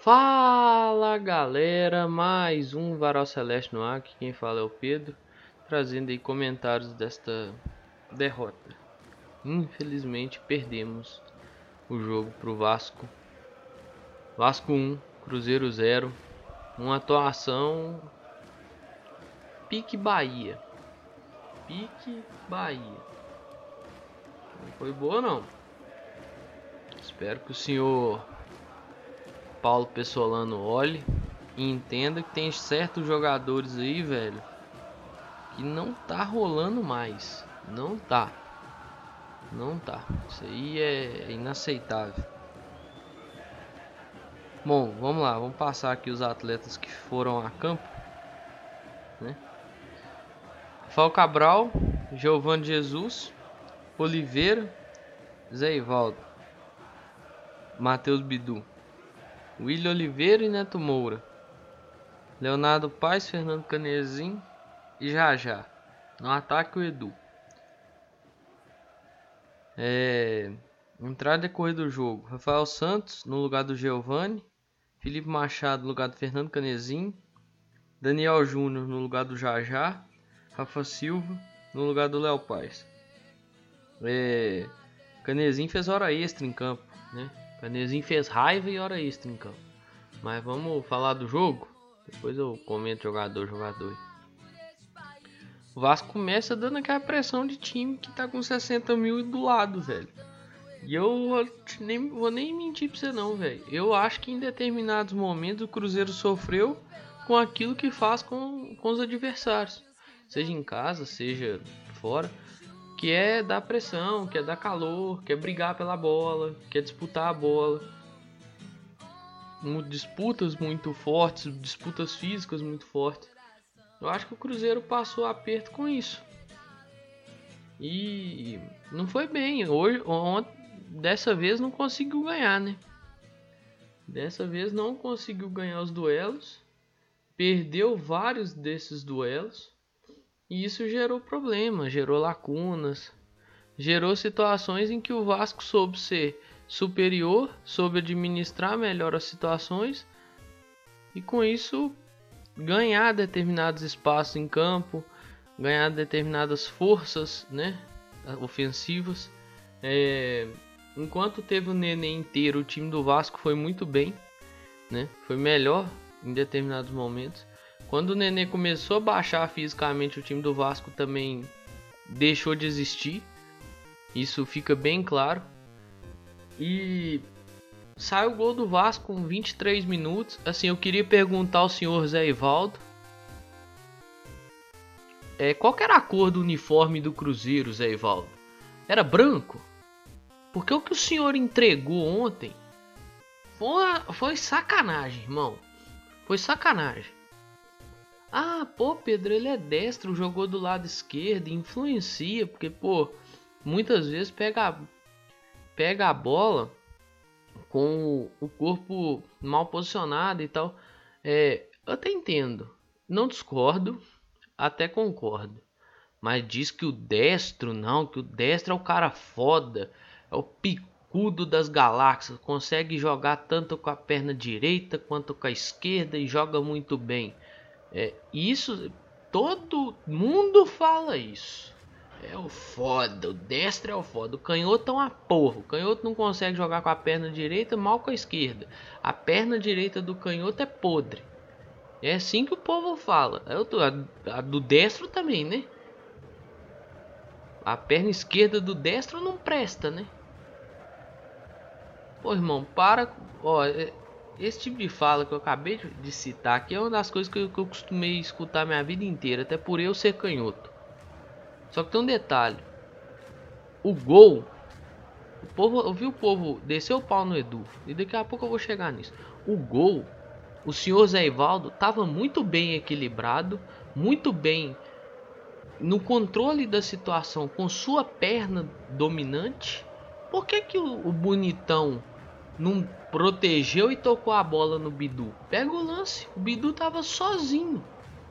Fala galera, mais um Varal Celeste no ar, aqui quem fala é o Pedro, trazendo aí comentários desta derrota. Infelizmente perdemos o jogo pro Vasco. Vasco 1, Cruzeiro 0, uma atuação pique Bahia. Pique Bahia. Não foi boa não. Espero que o senhor Paulo Pessolano olhe e entenda que tem certos jogadores aí, velho, que não tá rolando mais. Não tá. Isso aí é inaceitável. Bom, vamos lá. Vamos passar aqui os atletas que foram a campo, né? Rafael Cabral, Giovani Jesus, Oliveira, Zé Ivaldo, Matheus Bidu, William Oliveira e Neto Moura, Leonardo Paes, Fernando Canezin e Jajá. No ataque, o Edu. Entrada e decorrer do jogo: Rafael Santos no lugar do Giovani, Felipe Machado no lugar do Fernando Canezin, Daniel Júnior no lugar do Jajá, Rafa Silva no lugar do Léo Paes. Canezin fez hora extra em campo, né? Canezin fez raiva e hora extra em campo. Mas vamos falar do jogo? Depois eu comento jogador. O Vasco começa dando aquela pressão de time que tá com 60 mil do lado, velho. E eu nem vou nem mentir pra você não, velho. Eu acho que em determinados momentos o Cruzeiro sofreu com aquilo que faz com os adversários. Seja em casa, seja fora. Que é dar pressão, que é dar calor, que é brigar pela bola, que é disputar a bola. Disputas muito fortes, disputas físicas muito fortes. Eu acho que o Cruzeiro passou aperto com isso. E não foi bem. Dessa vez não conseguiu ganhar, né? Dessa vez não conseguiu ganhar os duelos. Perdeu vários desses duelos. E isso gerou problemas, gerou lacunas. Gerou situações em que o Vasco soube ser superior, soube administrar melhor as situações. E com isso ganhar determinados espaços em campo, ganhar determinadas forças, né, ofensivas. Enquanto teve o Nenê inteiro, o time do Vasco foi muito bem, né? Foi melhor em determinados momentos. Quando o Nenê começou a baixar fisicamente, o time do Vasco também deixou de existir. Isso fica bem claro. E sai o gol do Vasco com 23 minutos. Assim, eu queria perguntar ao senhor Zé Ivaldo, qual que era a cor do uniforme do Cruzeiro, Zé Ivaldo? Era branco? Porque o que o senhor entregou ontem foi sacanagem, irmão. Foi sacanagem. Ah, pô, Pedro, ele é destro, jogou do lado esquerdo, influencia, porque, pô, muitas vezes pega a bola com o corpo mal posicionado e tal. Eu até entendo, não discordo, até concordo. Mas diz que o destro não, que o destro é o cara foda, é o picudo das galáxias, consegue jogar tanto com a perna direita quanto com a esquerda e joga muito bem. Isso, todo mundo fala isso. É o foda, o destro é o foda. O canhoto é uma porra. O canhoto não consegue jogar com a perna direita, mal com a esquerda. A perna direita do canhoto é podre. É assim que o povo fala. A do destro também, né? A perna esquerda do destro não presta, né? Pô, irmão, para. Ó, esse tipo de fala que eu acabei de citar aqui é uma das coisas que eu costumei escutar minha vida inteira, até por eu ser canhoto. Só que tem um detalhe. O gol, eu vi o povo descer o pau no Edu, e daqui a pouco eu vou chegar nisso. O gol, o senhor Zé Ivaldo estava muito bem equilibrado, muito bem no controle da situação com sua perna dominante. Por que o bonitão não protegeu e tocou a bola no Bidu? Pega o lance, o Bidu tava sozinho,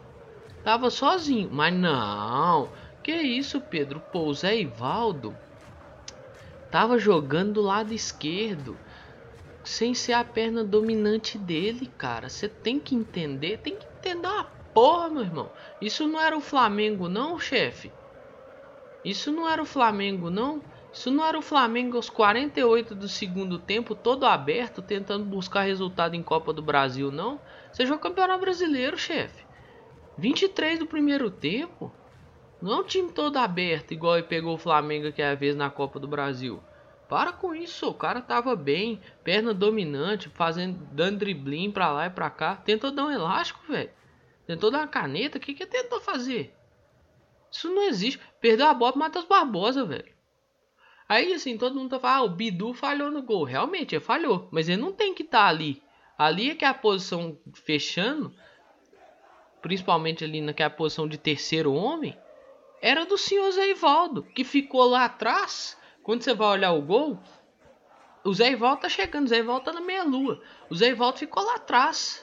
mas não. Que isso, Pedro? Pô, o Zé Ivaldo tava jogando do lado esquerdo. sem ser a perna dominante dele, cara. Você tem que entender uma porra, meu irmão. Isso não era o Flamengo, não, chefe. Isso não era o Flamengo, não. Isso não era o Flamengo aos 48 do segundo tempo, todo aberto, tentando buscar resultado em Copa do Brasil, não. Você jogou Campeonato Brasileiro, chefe. 23 do primeiro tempo. Não é um time todo aberto, igual ele pegou o Flamengo que é a vez na Copa do Brasil. Para com isso, o cara tava bem, perna dominante, dando driblinho pra lá e pra cá. Tentou dar um elástico, velho. Tentou dar uma caneta, o que tentou fazer? Isso não existe. Perdeu a bola pro Matheus Barbosa, velho. Aí assim, todo mundo tá falando, o Bidu falhou no gol. Realmente, ele falhou, mas ele não tem que estar ali. Ali é que é a posição fechando, principalmente ali naquela posição de terceiro homem, era do senhor Zé Ivaldo, que ficou lá atrás. Quando você vai olhar o gol, o Zé Ivaldo tá chegando, o Zé Ivaldo tá na meia-lua. O Zé Ivaldo ficou lá atrás.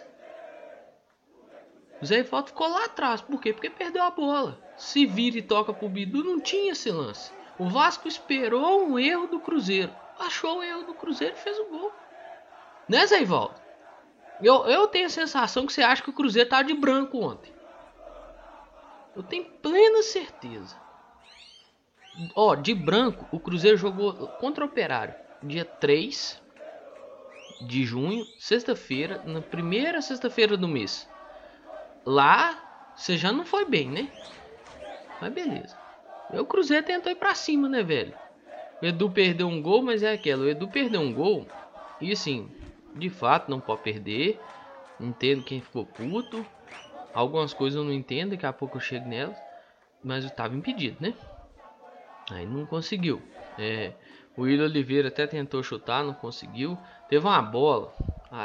O Zé Ivaldo ficou lá atrás. Por quê? Porque perdeu a bola. Se vira e toca pro Bidu, não tinha esse lance. O Vasco esperou um erro do Cruzeiro. Achou o erro do Cruzeiro e fez o gol. Né, Zé Ivaldo? Eu tenho a sensação que você acha que o Cruzeiro tava de branco ontem. Eu tenho plena certeza. Ó, de branco, o Cruzeiro jogou contra o Operário. Dia 3 de junho, sexta-feira, na primeira sexta-feira do mês. Lá, você já não foi bem, né? Mas beleza. O Cruzeiro tentou ir pra cima, né, velho? O Edu perdeu um gol, mas é aquela. O Edu perdeu um gol. E assim, de fato, não pode perder. Entendo quem ficou puto. Algumas coisas eu não entendo, daqui a pouco eu chego nelas. Mas eu tava impedido, né? Aí não conseguiu. O Willian Oliveira até tentou chutar, não conseguiu. Teve uma bola.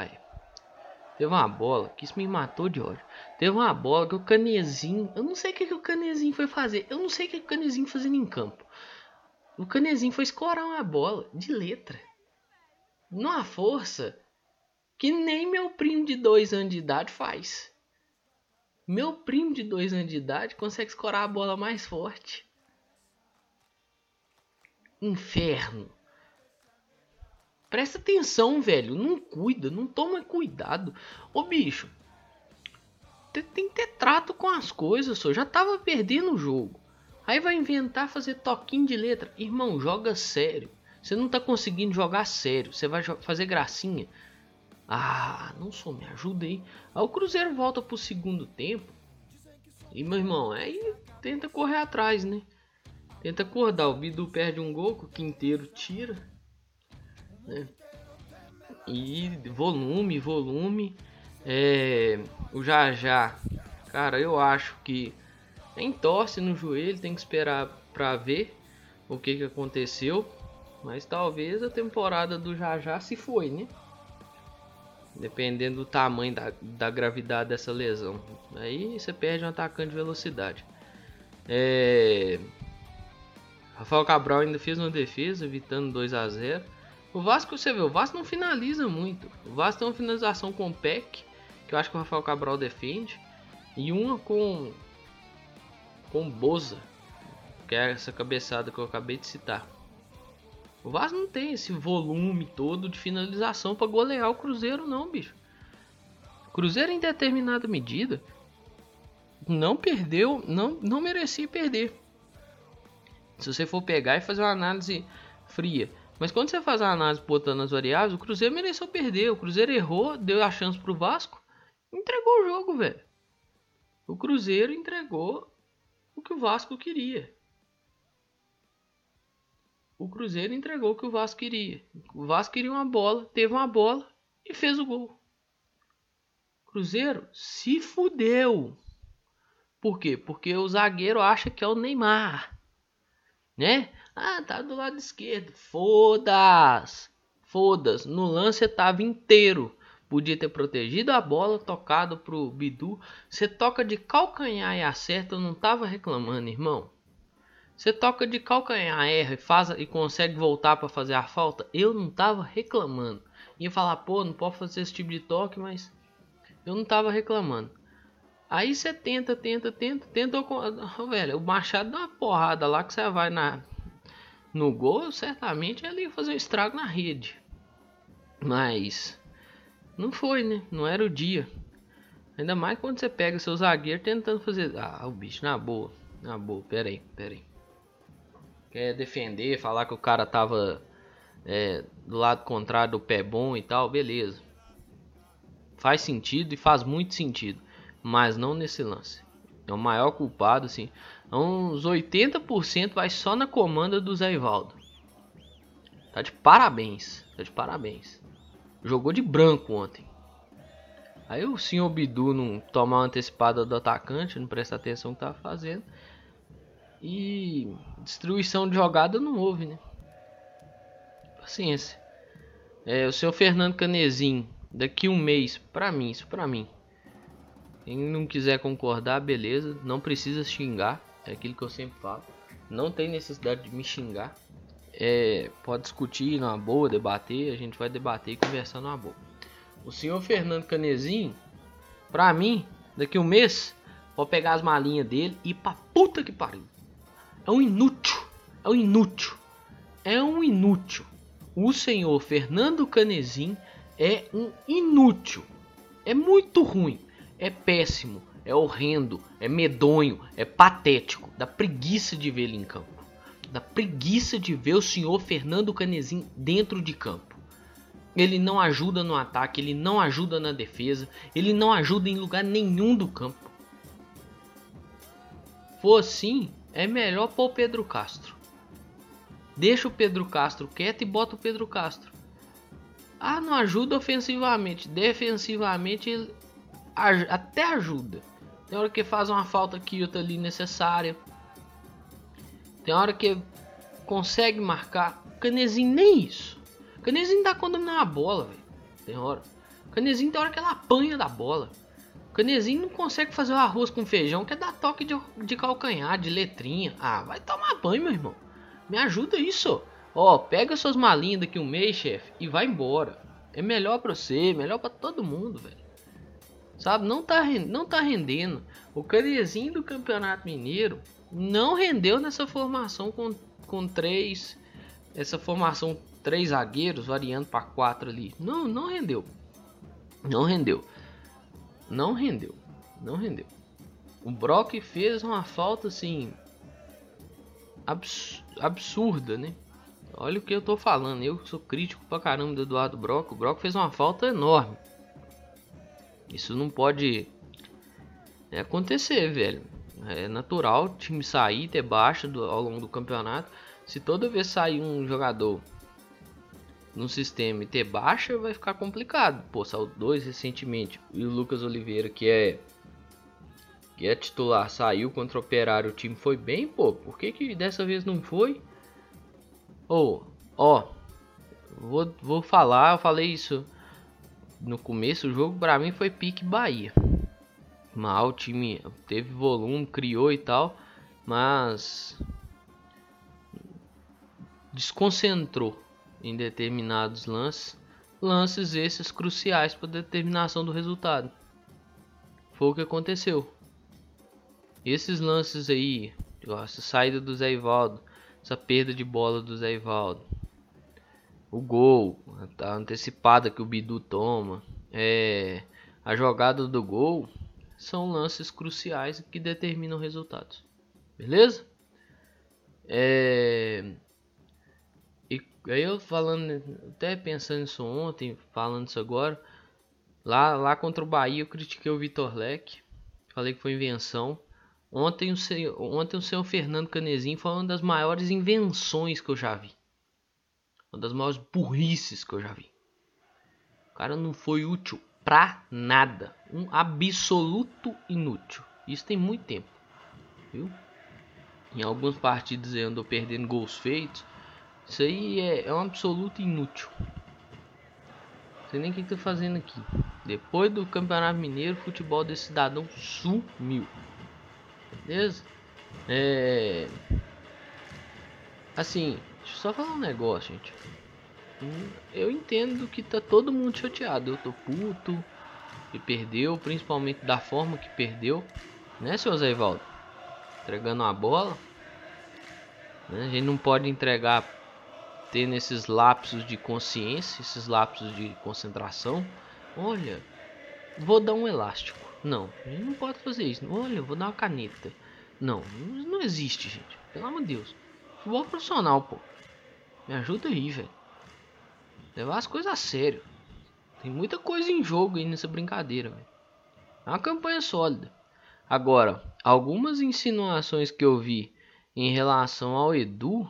Teve uma bola que isso me matou de ódio. Teve uma bola que o Canezinho. Eu não sei o que o Canezinho foi fazer. Eu não sei o que o Canezinho fazendo em campo. O Canezinho foi escorar uma bola de letra. Numa força que nem meu primo de 2 anos de idade faz. Meu primo de 2 anos de idade consegue escorar a bola mais forte. Inferno. Presta atenção, velho. Não cuida, não toma cuidado. Ô, bicho. Tem que ter trato com as coisas, só. Já tava perdendo o jogo. Aí vai inventar fazer toquinho de letra. Irmão, joga sério. Você não tá conseguindo jogar sério. Você vai fazer gracinha. Ah, não sou, me ajuda aí. Aí o Cruzeiro volta pro segundo tempo. E, meu irmão, aí tenta correr atrás, né? Tenta acordar. O Bidu perde um gol que o Quinteiro tira. Né? E volume. O Já, cara, eu acho que tem torce no joelho, tem que esperar pra ver o que aconteceu. Mas talvez a temporada do Já se foi, né? Dependendo do tamanho da gravidade dessa lesão. Aí você perde um atacante de velocidade. Rafael Cabral ainda fez uma defesa, evitando 2-0. O Vasco, você vê, o Vasco não finaliza muito. O Vasco tem uma finalização com o Peck, que eu acho que o Rafael Cabral defende. E uma com Boza, que é essa cabeçada que eu acabei de citar. O Vasco não tem esse volume todo de finalização para golear o Cruzeiro, não, bicho. O Cruzeiro, em determinada medida, não perdeu, não merecia perder. Se você for pegar e fazer uma análise fria. Mas quando você faz a análise botando as variáveis, o Cruzeiro mereceu perder. O Cruzeiro errou, deu a chance pro Vasco, entregou o jogo, velho. O Cruzeiro entregou o que o Vasco queria. O Cruzeiro entregou o que o Vasco queria. O Vasco queria uma bola, teve uma bola e fez o gol. O Cruzeiro se fudeu. Por quê? Porque o zagueiro acha que é o Neymar, né? Ah, tá do lado esquerdo. Foda-se. No lance você tava inteiro. Podia ter protegido a bola, tocado pro Bidu. Você toca de calcanhar e acerta, eu não tava reclamando, irmão. Você toca de calcanhar, erra e consegue voltar para fazer a falta, eu não tava reclamando. Ia falar, pô, não pode fazer esse tipo de toque, mas eu não tava reclamando. Aí você tentou velho, o Machado dá uma porrada lá que você vai no gol, certamente ele ia fazer um estrago na rede. Mas não foi, né? Não era o dia. Ainda mais quando você pega seu zagueiro tentando fazer... Ah, o bicho, na boa. Na boa, pera aí. Quer defender, falar que o cara tava do lado contrário do pé bom e tal, beleza. Faz sentido e faz muito sentido. Mas não nesse lance. É o maior culpado, assim. Uns 80% vai só na comanda do Zé Ivaldo. Tá de parabéns. Jogou de branco ontem. Aí o senhor Bidu não tomar uma antecipada do atacante, não prestar atenção no que tava fazendo. E destruição de jogada não houve, né? Paciência. O senhor Fernando Canezin, daqui um mês, isso pra mim. Quem não quiser concordar, beleza. Não precisa xingar, é aquilo que eu sempre falo. Não tem necessidade de me xingar. Pode discutir numa boa, debater. A gente vai debater e conversar numa boa. O senhor Fernando Canezin, pra mim, daqui um mês, vou pegar as malinhas dele e ir pra puta que pariu. É um inútil. O senhor Fernando Canezin é um inútil. É muito ruim. É péssimo. É horrendo. É medonho. É patético. Dá preguiça de ver ele em campo. Dá preguiça de ver o senhor Fernando Canezin dentro de campo. Ele não ajuda no ataque. Ele não ajuda na defesa. Ele não ajuda em lugar nenhum do campo. For assim, é melhor pôr o Pedro Castro. Deixa o Pedro Castro quieto e bota o Pedro Castro. Ah, não ajuda ofensivamente. Defensivamente ele até ajuda. Tem hora que faz uma falta aqui, outra ali necessária. Tem hora que consegue marcar. Canezin nem isso. Canezin dá quando não é a bola, velho. Tem hora. Canezin tem hora que ela apanha da bola. Canezin não consegue fazer o arroz com feijão, quer dar toque de calcanhar, de letrinha. Ah, vai tomar banho, meu irmão. Me ajuda isso. Pega suas malinhas daqui um mês, chefe, e vai embora. É melhor pra você, melhor pra todo mundo, velho. Sabe, não tá rendendo. O Canezin do Campeonato Mineiro não rendeu nessa formação com três. Essa formação 3 zagueiros variando para 4 ali. Não rendeu. O Brock fez uma falta assim absurda, né? Olha o que eu tô falando. Eu sou crítico pra caramba do Eduardo Brock. O Brock fez uma falta enorme. Isso não pode acontecer, velho. É natural o time sair, ter baixa ao longo do campeonato. Se toda vez sair um jogador no sistema e ter baixa, vai ficar complicado. Pô, saiu 2 recentemente. E o Lucas Oliveira, que é titular, saiu contra o Operário. O time foi bem, pô. Por que dessa vez não foi? Vou falar. Eu falei isso no começo. O jogo pra mim foi pique Bahia. Mal, o time teve volume, criou e tal, mas desconcentrou em determinados lances esses cruciais para determinação do resultado. Foi o que aconteceu. Esses lances aí, essa saída do Zé Ivaldo, essa perda de bola do Zé Ivaldo, o gol, a antecipada que o Bidu toma, a jogada do gol, são lances cruciais que determinam resultados. Beleza? E aí eu falando, até pensando nisso ontem, falando isso agora, lá contra o Bahia eu critiquei o Vitor Leque, falei que foi invenção. Ontem o senhor Fernando Canezin foi uma das maiores invenções que eu já vi. Uma das maiores burrices que eu já vi. O cara não foi útil pra nada. Um absoluto inútil. Isso tem muito tempo. Viu? Em alguns partidos ele andou perdendo gols feitos. Isso aí é um absoluto inútil. Não sei nem o que tá fazendo aqui. Depois do Campeonato Mineiro, o futebol desse cidadão sumiu. Beleza? Assim, deixa eu só falar um negócio, gente. Eu entendo que tá todo mundo chateado. Eu tô puto. E perdeu, principalmente da forma que perdeu. Né, seu Zé Ivaldo? Entregando a bola. Né? A gente não pode entregar tendo esses lapsos de consciência, esses lapsos de concentração. Olha, vou dar um elástico. Não, a gente não pode fazer isso. Olha, vou dar uma caneta. Não, não existe, gente. Pelo amor de Deus. Futebol profissional, pô. Me ajuda aí, velho. Levar as coisas a sério. Tem muita coisa em jogo aí nessa brincadeira, velho. É uma campanha sólida. Agora, algumas insinuações que eu vi em relação ao Edu,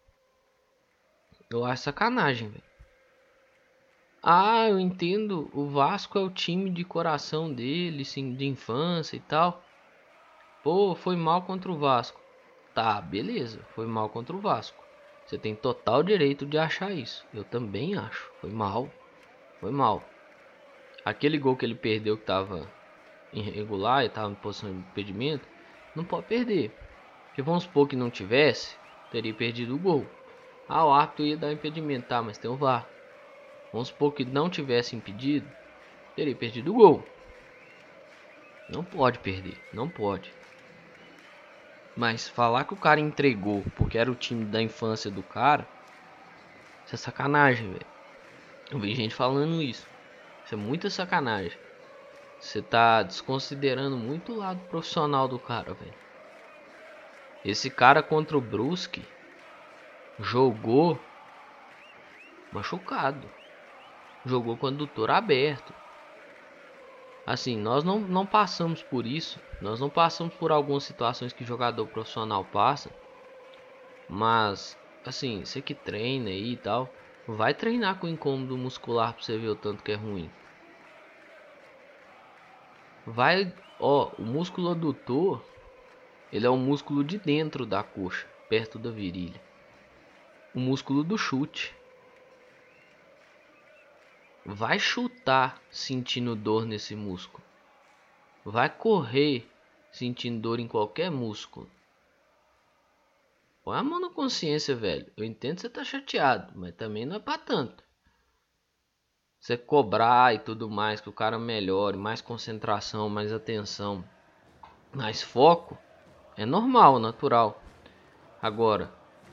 eu acho sacanagem, velho. Ah, eu entendo, o Vasco é o time de coração dele, sim, de infância e tal. Pô, foi mal contra o Vasco. Tá, beleza, foi mal contra o Vasco. Você tem total direito de achar isso. Eu também acho. Foi mal. Foi mal. Aquele gol que ele perdeu que tava irregular e tava em posição de impedimento, não pode perder. Porque vamos supor que não tivesse, teria perdido o gol. Ah, o árbitro ia dar impedimento, tá, mas tem o VAR. Vamos supor que não tivesse impedido, teria perdido o gol. Não pode perder, não pode. Mas falar que o cara entregou porque era o time da infância do cara, isso é sacanagem, velho. Eu vi gente falando isso. Isso é muita sacanagem. Você tá desconsiderando muito o lado profissional do cara, velho. Esse cara contra o Brusque jogou machucado. Jogou com o adutor aberto. Assim, nós não passamos por isso. Nós não passamos por algumas situações que jogador profissional passa. Mas, assim, você que treina aí e tal, vai treinar com incômodo muscular pra você ver o tanto que é ruim. Vai, ó, o músculo adutor, ele é o músculo de dentro da coxa, perto da virilha. O músculo do chute. Vai chutar sentindo dor nesse músculo. Vai correr sentindo dor em qualquer músculo. Põe a mão na consciência, velho. Eu entendo que você tá chateado, mas também não é pra tanto. Você cobrar e tudo mais, que o cara melhore, mais concentração, mais atenção, mais foco, é normal, natural. Agora,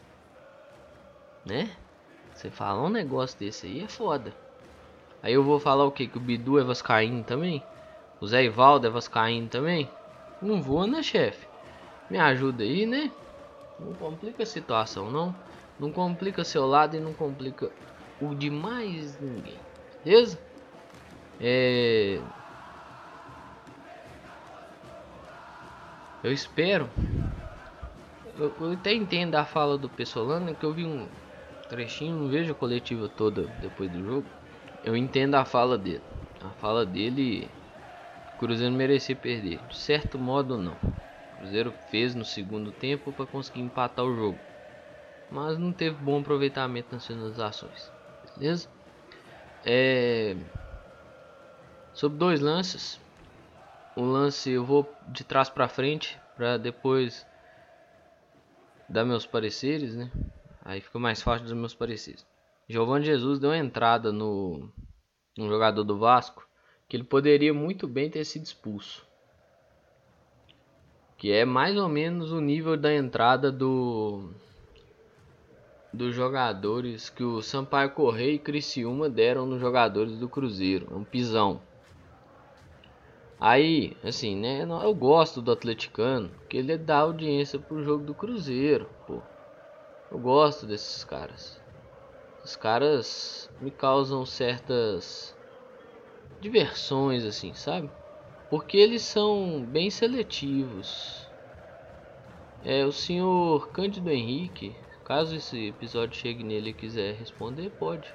né? Você falar um negócio desse aí é foda. Aí eu vou falar o quê? Que o Bidu é vascaíno também? O Zé Ivaldo é vascaíno também? Não vou, né, chefe? Me ajuda aí, né? Não complica a situação, não. Não complica seu lado e não complica o de mais ninguém. Beleza? Eu espero. Eu até entendo a fala do Pessolano, que eu vi um trechinho, não vejo a coletiva toda depois do jogo. Eu entendo a fala dele. A fala dele, o Cruzeiro merecia perder. De certo modo, não. O Cruzeiro fez no segundo tempo para conseguir empatar o jogo, mas não teve bom aproveitamento nas finalizações. Beleza? Sobre dois lances. Um lance eu vou de trás para frente para depois dar meus pareceres, né? Aí fica mais fácil dos meus pareceres. Giovanni Jesus deu uma entrada no jogador do Vasco que ele poderia muito bem ter sido expulso. Que é mais ou menos o nível da entrada dos jogadores que o Sampaio Corrêa e Criciúma deram nos jogadores do Cruzeiro. Um pisão. Aí, assim, né? Eu gosto do atleticano, porque ele dá audiência pro jogo do Cruzeiro, pô. Eu gosto desses caras. Os caras me causam certas diversões, assim, sabe? Porque eles são bem seletivos. O senhor Cândido Henrique, caso esse episódio chegue nele e quiser responder, pode.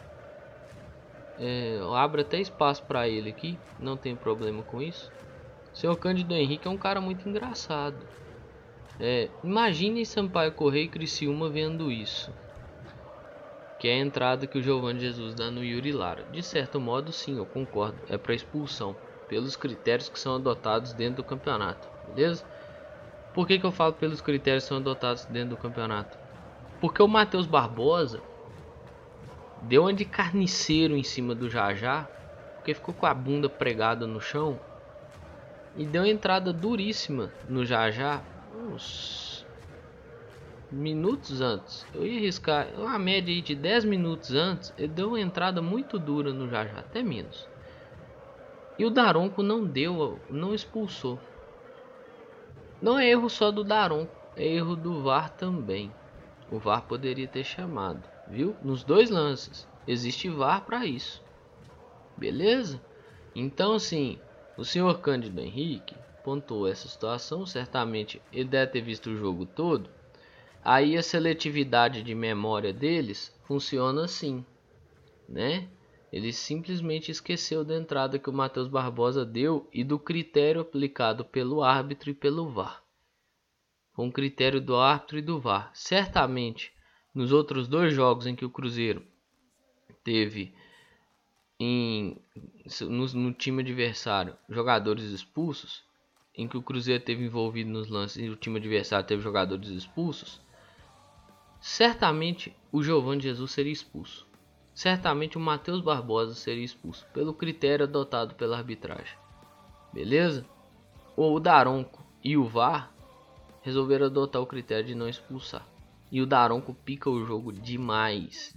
Eu abro até espaço para ele aqui, não tem problema com isso. O senhor Cândido Henrique é um cara muito engraçado. Imagine Sampaio Corrêa e Criciúma vendo isso. Que é a entrada que o Giovanni Jesus dá no Yuri Lara. De certo modo, sim, eu concordo. É para expulsão, pelos critérios que são adotados dentro do campeonato. Beleza? Por que eu falo pelos critérios que são adotados dentro do campeonato? Porque o Matheus Barbosa deu uma de carniceiro em cima do Jajá, porque ficou com a bunda pregada no chão, e deu uma entrada duríssima no Jajá, uns minutos antes, eu ia arriscar uma média aí de 10 minutos antes, ele deu uma entrada muito dura no Jajá, até menos. E o Daronco não expulsou. Não é erro só do Daronco, é erro do VAR também. O VAR poderia ter chamado, viu? Nos dois lances, existe VAR para isso. Beleza? Então assim, o senhor Cândido Henrique pontuou essa situação, certamente ele deve ter visto o jogo todo. Aí a seletividade de memória deles funciona assim, né? Ele simplesmente esqueceu da entrada que o Matheus Barbosa deu e do critério aplicado pelo árbitro e pelo VAR. Foi um critério do árbitro e do VAR. Certamente, nos outros dois jogos em que o Cruzeiro teve no time adversário jogadores expulsos, em que o Cruzeiro teve envolvido nos lances e o time adversário teve jogadores expulsos, certamente o Giovani Jesus seria expulso. Certamente o Matheus Barbosa seria expulso pelo critério adotado pela arbitragem. Beleza? O Daronco e o VAR resolveram adotar o critério de não expulsar. E o Daronco pica o jogo demais.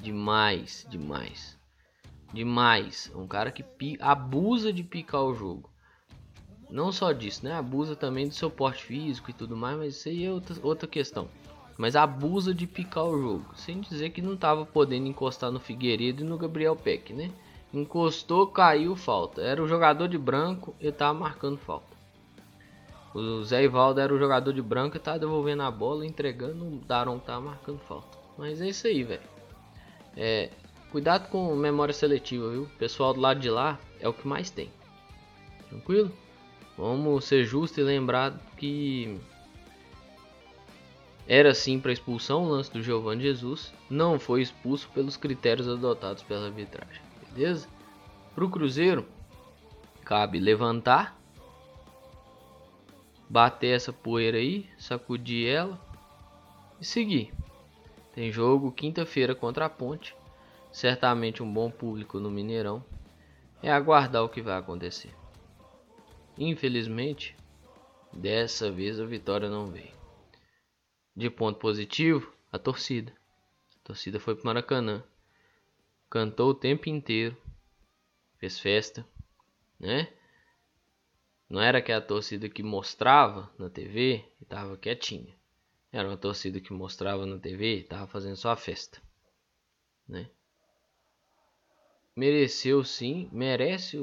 É um cara que abusa de picar o jogo. Não só disso, né? Abusa também do seu porte físico e tudo mais, mas isso aí é outra questão. Mas abusa de picar o jogo, sem dizer que não estava podendo encostar no Figueiredo e no Gabriel Peck, né? Encostou, caiu, falta. Era o jogador de branco e estava marcando falta. O Zé Ivaldo era o jogador de branco e estava devolvendo a bola, entregando, o Daronco estava marcando falta. Mas é isso aí, velho. Cuidado com memória seletiva, viu? O pessoal do lado de lá é o que mais tem. Tranquilo? Vamos ser justos e lembrar que era sim para expulsão o lance do Giovani Jesus, não foi expulso pelos critérios adotados pela arbitragem, beleza? Para o Cruzeiro, cabe levantar, bater essa poeira aí, sacudir ela e seguir. Tem jogo quinta-feira contra a Ponte, certamente um bom público no Mineirão, é aguardar o que vai acontecer. Infelizmente, dessa vez a vitória não veio. De ponto positivo, a torcida. A torcida foi pro Maracanã. Cantou o tempo inteiro. Fez festa, né? Não era aquela torcida que mostrava na TV e tava quietinha. Era uma torcida que mostrava na TV e tava fazendo só a festa, né? Mereceu sim, merece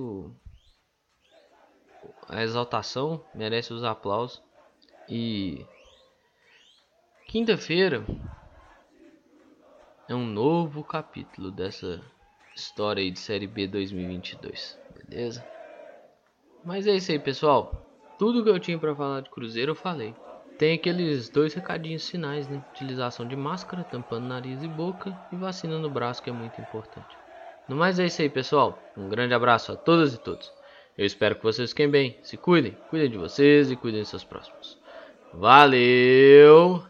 a exaltação, merece os aplausos. E quinta-feira é um novo capítulo dessa história aí de Série B 2022, beleza? Mas é isso aí, pessoal. Tudo que eu tinha pra falar de Cruzeiro eu falei. Tem aqueles dois recadinhos finais, né? Utilização de máscara, tampando nariz e boca e vacina no braço, que é muito importante. No mais é isso aí, pessoal. Um grande abraço a todas e todos. Eu espero que vocês fiquem bem. Se cuidem de vocês e cuidem dos seus próximos. Valeu!